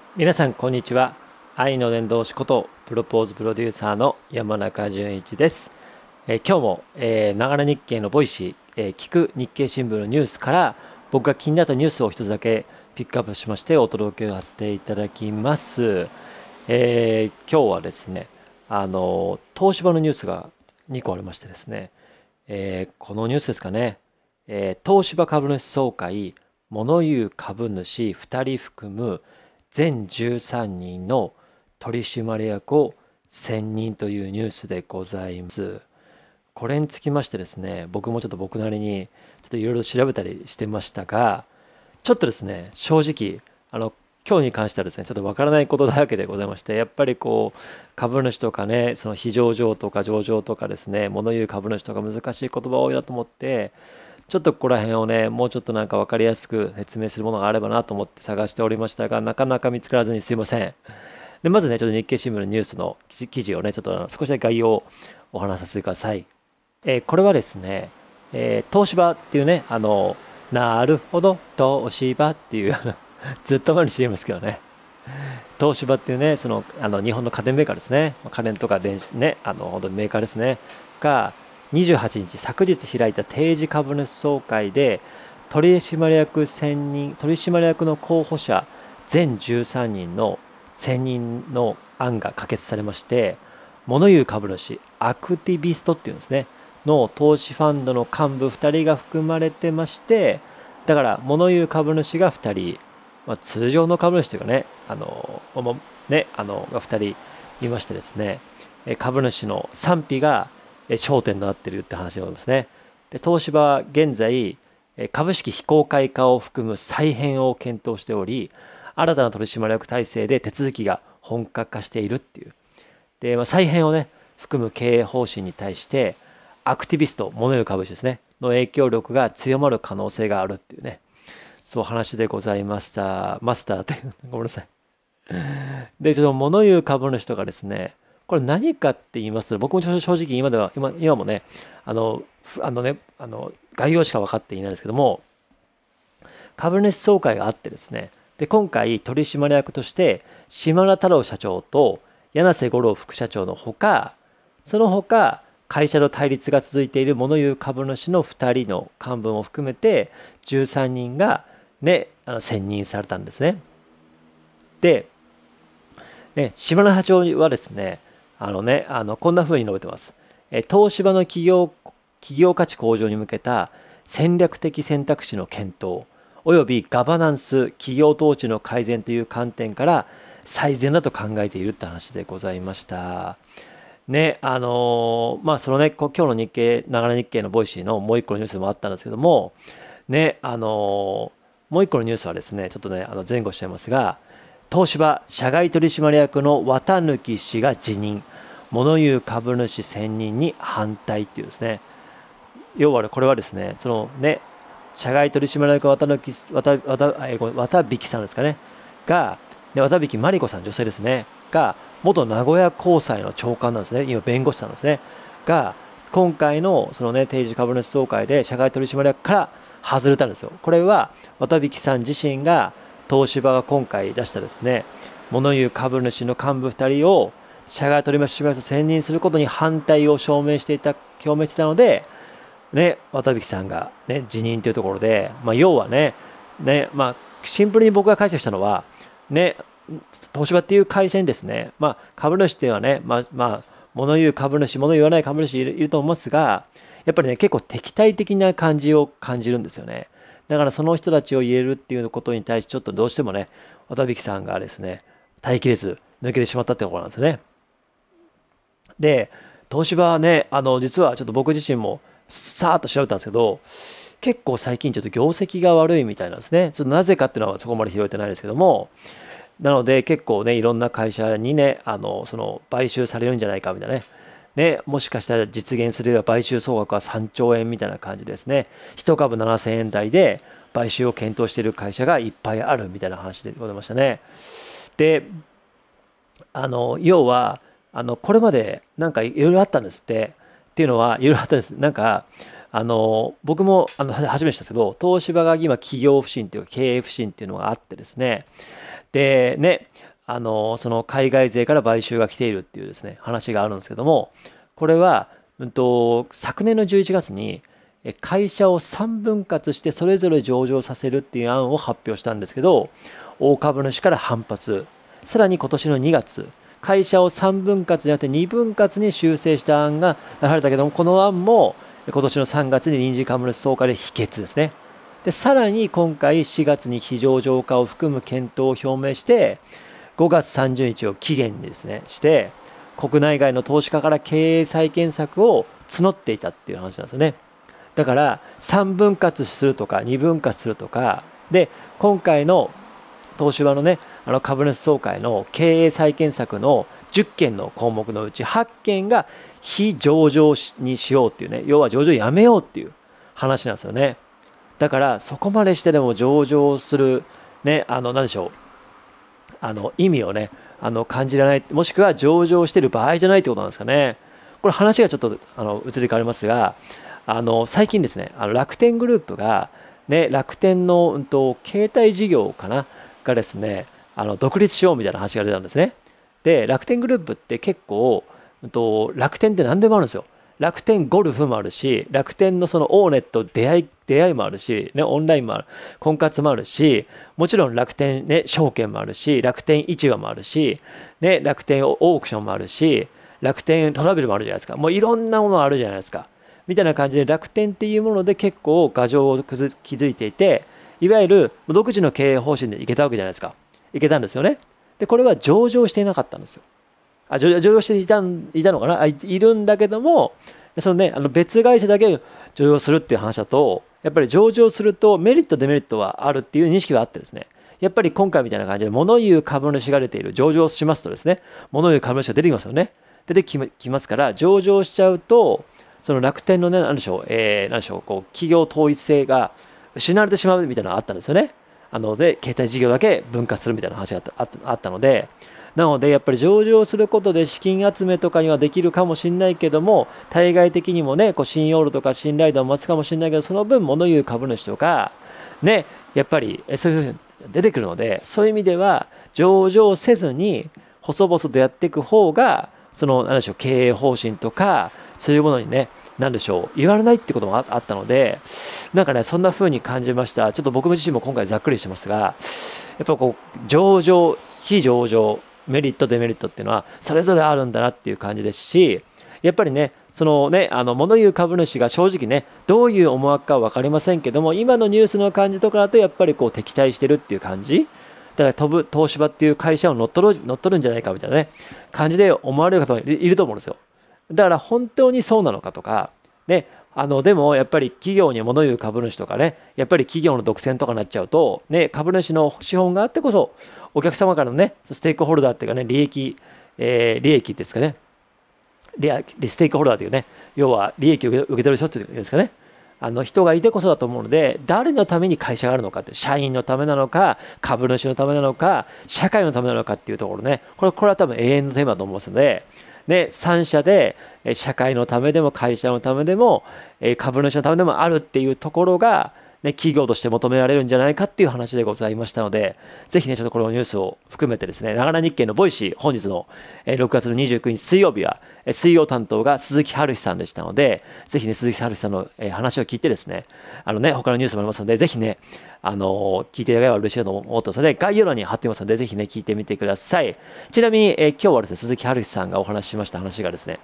皆さんこんにちは。愛の伝道師ことプロポーズプロデューサーの山中淳一です。今日も、ながら日経のボイシー、聞く日経新聞のニュースから僕が気になったニュースを一つだけピックアップしましてお届けさせていただきます。今日はですね、東芝のニュースが2個ありましてですね、このニュースですかね、東芝株主総会、物言う株主2人含む全13人の取締役を選任というニュースでございます。これにつきましてですね、僕もちょっと僕なりにちょっといろいろ調べたりしてましたが、ちょっとですね、正直、今日に関してはですね、ちょっとわからないことだらけでございまして、やっぱりこう、株主とかね、その非上場とか上場とかですね、物言う株主とか難しい言葉多いなと思って、ちょっとここら辺をね、もうちょっとなんかわかりやすく説明するものがあればなと思って探しておりましたが、なかなか見つからずにすいません。で、まずね、ちょっと日経新聞のニュースの記事をね、ちょっと少しだけ概要をお話しさせてください。これはですね、東芝っていうね、なるほど、東芝っていうずっと前に CM ですけどね、東芝っていうね、日本の家電メーカーですね、家電とか電子ね、本当にメーカーですね、が、28日、昨日開いた定時株主総会で、取締役の候補者全13人の選任の案が可決されまして、物言う株主、アクティビストっていうんですね、の投資ファンドの幹部2人が含まれてまして、だから物言う株主が2人、通常の株主というかね、が2人いましてですね、株主の賛否が焦点となっているって話でございますね。で、東芝は現在、株式非公開化を含む再編を検討しており、新たな取締役体制で手続きが本格化しているっていう。で、再編をね、含む経営方針に対して、アクティビスト、モノ言う株主ですね、の影響力が強まる可能性があるっていうね、そう話でございました。マスターという、ごめんなさい。で、ちょっと物言う株主とかですね、これ何かって言いますと、僕も正直今もね、概要しか分かっていないんですけども、株主総会があってですね、で、今回取締役として、島田太郎社長と柳瀬五郎副社長のほか、その他、会社の対立が続いている物言う株主の2人の幹部も含めて、13人がね、選任されたんですね。で、島田社長はですね、こんな風に述べてます。東芝の企業価値向上に向けた戦略的選択肢の検討、およびガバナンス、企業統治の改善という観点から最善だと考えているって話でございました。ね、そのね、今日のながら日経のボイシーのもう一個のニュースでもあったんですけども、ね、もう一個のニュースはですね、ちょっとね、前後しちゃいますが、東芝社外取締役の綿貫氏が辞任、物言う株主選任に反対っていうですね、要はこれはですね、そのね、社外取締役綿引さんですかね、が、綿引真理子さん、女性ですね、が、元名古屋高裁の長官なんですね、今弁護士さんですね、が、今回のそのね、定時株主総会で社外取締役から外れたんですよ。これは、綿引さん自身が、東芝が今回出したですね、物言う株主の幹部2人を社外取締役と選任することに反対を表明していたので、ね、渡引さんが、ね、辞任というところで、要はシンプルに僕が解釈したのは、ね、東芝っていう会社にですね、株主っていうのはね、物言う株主、物言わない株主いると思いますが、やっぱりね、結構敵対的な感じを感じるんですよね。だからその人たちを言えるっていうことに対して、ちょっとどうしてもね、渡引さんがですね、耐えきれず抜けてしまったってところなんですよね。で、東芝はね、実はちょっと僕自身もさーっと調べたんですけど、結構最近ちょっと業績が悪いみたいなんですね。ちょっとなぜかっていうのはそこまで拾えてないですけども、なので結構ね、いろんな会社にね、買収されるんじゃないかみたいなね。ね、もしかしたら実現すれば買収総額は3兆円みたいな感じですね。1株7000円台で買収を検討している会社がいっぱいあるみたいな話でございましたね。で、要は、これまでなんかいろいろあったんですって。っていうのは、いろいろあったんです。なんか、僕も初めてしたんですけど、東芝が今企業不振っていうか経営不振っていうのがあってですね。でね、 その海外勢から買収が来ているっていうですね、話があるんですけども、これは、昨年の11月に、会社を3分割してそれぞれ上場させるっていう案を発表したんですけど、大株主から反発。さらに今年の2月、会社を3分割じゃなくて2分割に修正した案が出されたけども、この案も今年の3月に臨時株主総会で否決ですね。で、さらに今回4月に非上場化を含む検討を表明して、5月30日を期限にですね、して、国内外の投資家から経営再建策を募っていたっていう話なんですよね。だから3分割するとか2分割するとかで、今回の東芝のね、株主総会の経営再建策の10件の項目のうち8件が非上場にしようっていうね、要は上場やめようっていう話なんですよね。だからそこまでしてでも上場するね、何でしょう、意味をね、感じられない、もしくは上場している場合じゃないってことなんですかね。これ話がちょっと移り変わりますが、最近ですね、楽天グループが、ね、楽天の、携帯事業かながですね、独立しようみたいな話が出たんですね。で、楽天グループって結構、楽天って何でもあるんですよ。楽天ゴルフもあるし、楽天のそのオーネット出会いもあるし、ね、オンラインもある、婚活もあるし、もちろん楽天、ね、証券もあるし、楽天市場もあるし、ね、楽天オークションもあるし、楽天トラベルもあるじゃないですか。もういろんなものあるじゃないですか。みたいな感じで楽天っていうもので結構牙城を築いていて、いわゆる独自の経営方針でいけたわけじゃないですか。いけたんですよね。で、これは上場していなかったんですよ。上場していたのかないるんだけども、そのね、別会社だけ上場するっていう話だと、やっぱり上場するとメリット、デメリットはあるっていう認識はあってですね、やっぱり今回みたいな感じで物言う株主が出ている、上場しますとですね、物言う株主が出てきますよね。出てきますから、上場しちゃうと、その楽天のね、なんでしょう、企業統一性が失われてしまうみたいなのがあったんですよね。で、携帯事業だけ分割するみたいな話があったので、なので、やっぱり上場することで資金集めとかにはできるかもしれないけども、対外的にもね、信用度とか信頼度を増すかもしれないけど、その分、物言う株主とか、ね、やっぱりそういうふうに出てくるので、そういう意味では、上場せずに、細々とやっていく方が、なんでしょう、経営方針とか、そういうものにね、なんでしょう、言われないってこともあったので、なんかね、そんな風に感じました。ちょっと僕自身も今回ざっくりしてますが、やっぱ上場、非上場、メリット、デメリットっていうのは、それぞれあるんだなっていう感じですし、やっぱりね、物言う株主が正直ね、どういう思惑かは分かりませんけども、今のニュースの感じとかだと、やっぱり敵対してるっていう感じ。だから東芝っていう会社を乗っ取るんじゃないかみたいなね、感じで思われる方もいると思うんですよ。だから本当にそうなのかとか、ね、でもやっぱり企業に物言う株主とかね、やっぱり企業の独占とかになっちゃうと、ね、株主の資本があってこそ、お客様からのね、ステークホルダーっていうかね、利益ですかね、ステークホルダーというね、要は利益を受け取る人っていうんですかね、人がいてこそだと思うので、誰のために会社があるのかって、社員のためなのか、株主のためなのか、社会のためなのかっていうところね、これは多分永遠のテーマだと思いますので、ね、3社で社会のためでも会社のためでも株主のためでもあるっていうところが、ね、企業として求められるんじゃないかっていう話でございましたので、ぜひね、ちょっとこのニュースを含めてですね、ながら日経のボイシー、本日の6月の29日水曜日は、水曜担当が鈴木春日さんでしたので、ぜひね、鈴木春日さんの話を聞いてですね、他のニュースもありますので、ぜひね、聞いていただければ嬉しいと思ってますので、概要欄に貼ってますので、ぜひね、聞いてみてください。ちなみに、今日はですね、鈴木春日さんがお話ししました話がですね、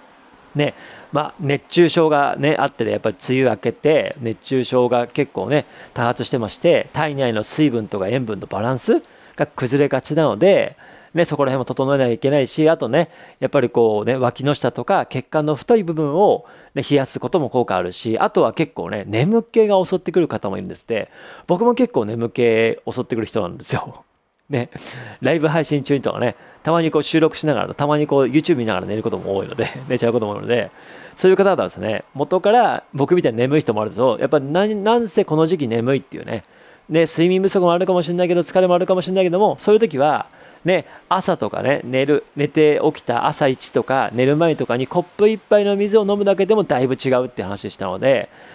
熱中症が、ね、あって、やっぱり梅雨明けて、熱中症が結構ね、多発してまして、体内の水分とか塩分のバランスが崩れがちなので、そこら辺も整えなきゃいけないし、あとね、やっぱり脇の下とか血管の太い部分を、冷やすことも効果あるし、あとは結構ね、眠気が襲ってくる方もいるんですって、僕も結構眠気襲ってくる人なんですよ。ね、ライブ配信中にとかね、たまに収録しながら、たまにYouTube 見ながら寝ることも多いので、寝ちゃうことも多いので、そういう方々はですね、元から僕みたいに眠い人もあると、やっぱりなんせこの時期眠いっていうね、睡眠不足もあるかもしれないけど、疲れもあるかもしれないけども、そういう時は、朝とかね、寝て起きた朝一とか寝る前とかにコップ一杯の水を飲むだけでもだいぶ違うって話でしたので、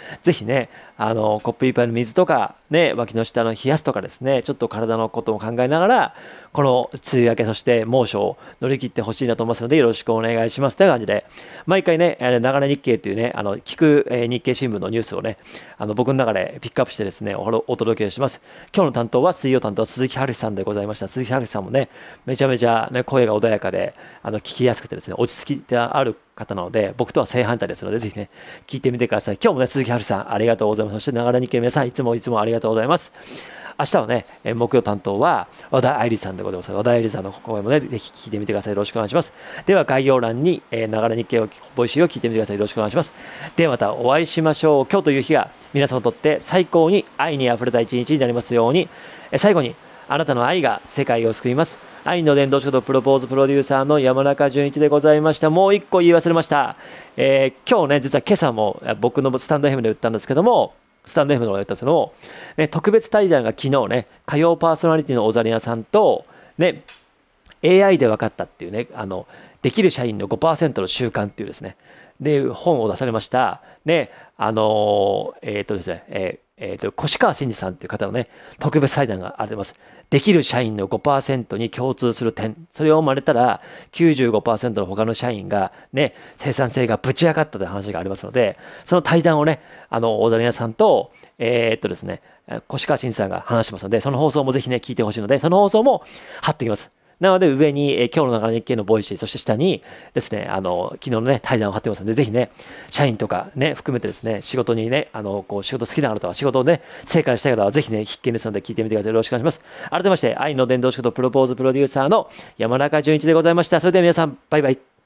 ぜひね、コップ一杯の水とか、ね、脇の下の冷やすとかですね、ちょっと体のことも考えながら、この梅雨明け、そして猛暑を乗り切ってほしいなと思いますので、よろしくお願いしますという感じで、毎回ね、ながら日経というね、聞く、日経新聞のニュースをね、僕の中でピックアップしてですね、お届けします。今日の担当は、水曜担当は鈴木春さんでございました。鈴木春さんもね、めちゃめちゃ、ね、声が穏やかで、聞きやすくてですね、落ち着きがある方なので、僕とは正反対ですので、ぜひね、聞いてみてください。今日もね、鈴木春さん、ありがとうございます。そして、ながら日経皆さん、いつもありがとうございます。明日はね、木曜担当は和田愛理さんでございます。和田愛理さんの声もね、ぜひ聞いてみてください。よろしくお願いします。では、概要欄に、ながら日経ボイシーを聞いてみてください。よろしくお願いします。ではまたお会いしましょう。今日という日が皆様にとって最高に愛にあふれた一日になりますように。最後に、あなたの愛が世界を救います。愛の伝道師ことプロポーズプロデューサーの山中淳一でございました。もう一個言い忘れました。今日ね、実は今朝も僕のスタンド FM で言ったんですけども、スタンド FM の方で言ったんですけども、ね、特別対談が昨日ね、火曜パーソナリティの小ザリアさんと、ね、AI で分かったっていうね、できる社員の 5% の習慣っていうですね、で、本を出されました。ね、ですね、越川真司さんっていう方のね、特別対談があります。できる社員の 5% に共通する点、それを生まれたら95% の他の社員がね、生産性がぶち上がったという話がありますので、その対談をね、大谷さんと、ですね、越川真司さんが話してますので、その放送もぜひね、聞いてほしいので、その放送も貼ってきます。なので上に、今日の流れ日経のボイシー、そして下にですね、昨日のね、対談を貼ってますので、ぜひね、社員とかね、含めてですね、仕事にね、仕事好きな方は、仕事をね、成果したい方は、ぜひね、必見ですので、聞いてみてください。よろしくお願いします。改めまして、愛の伝道師ことプロポーズプロデューサーの山中淳一でございました。それでは皆さん、バイバイ。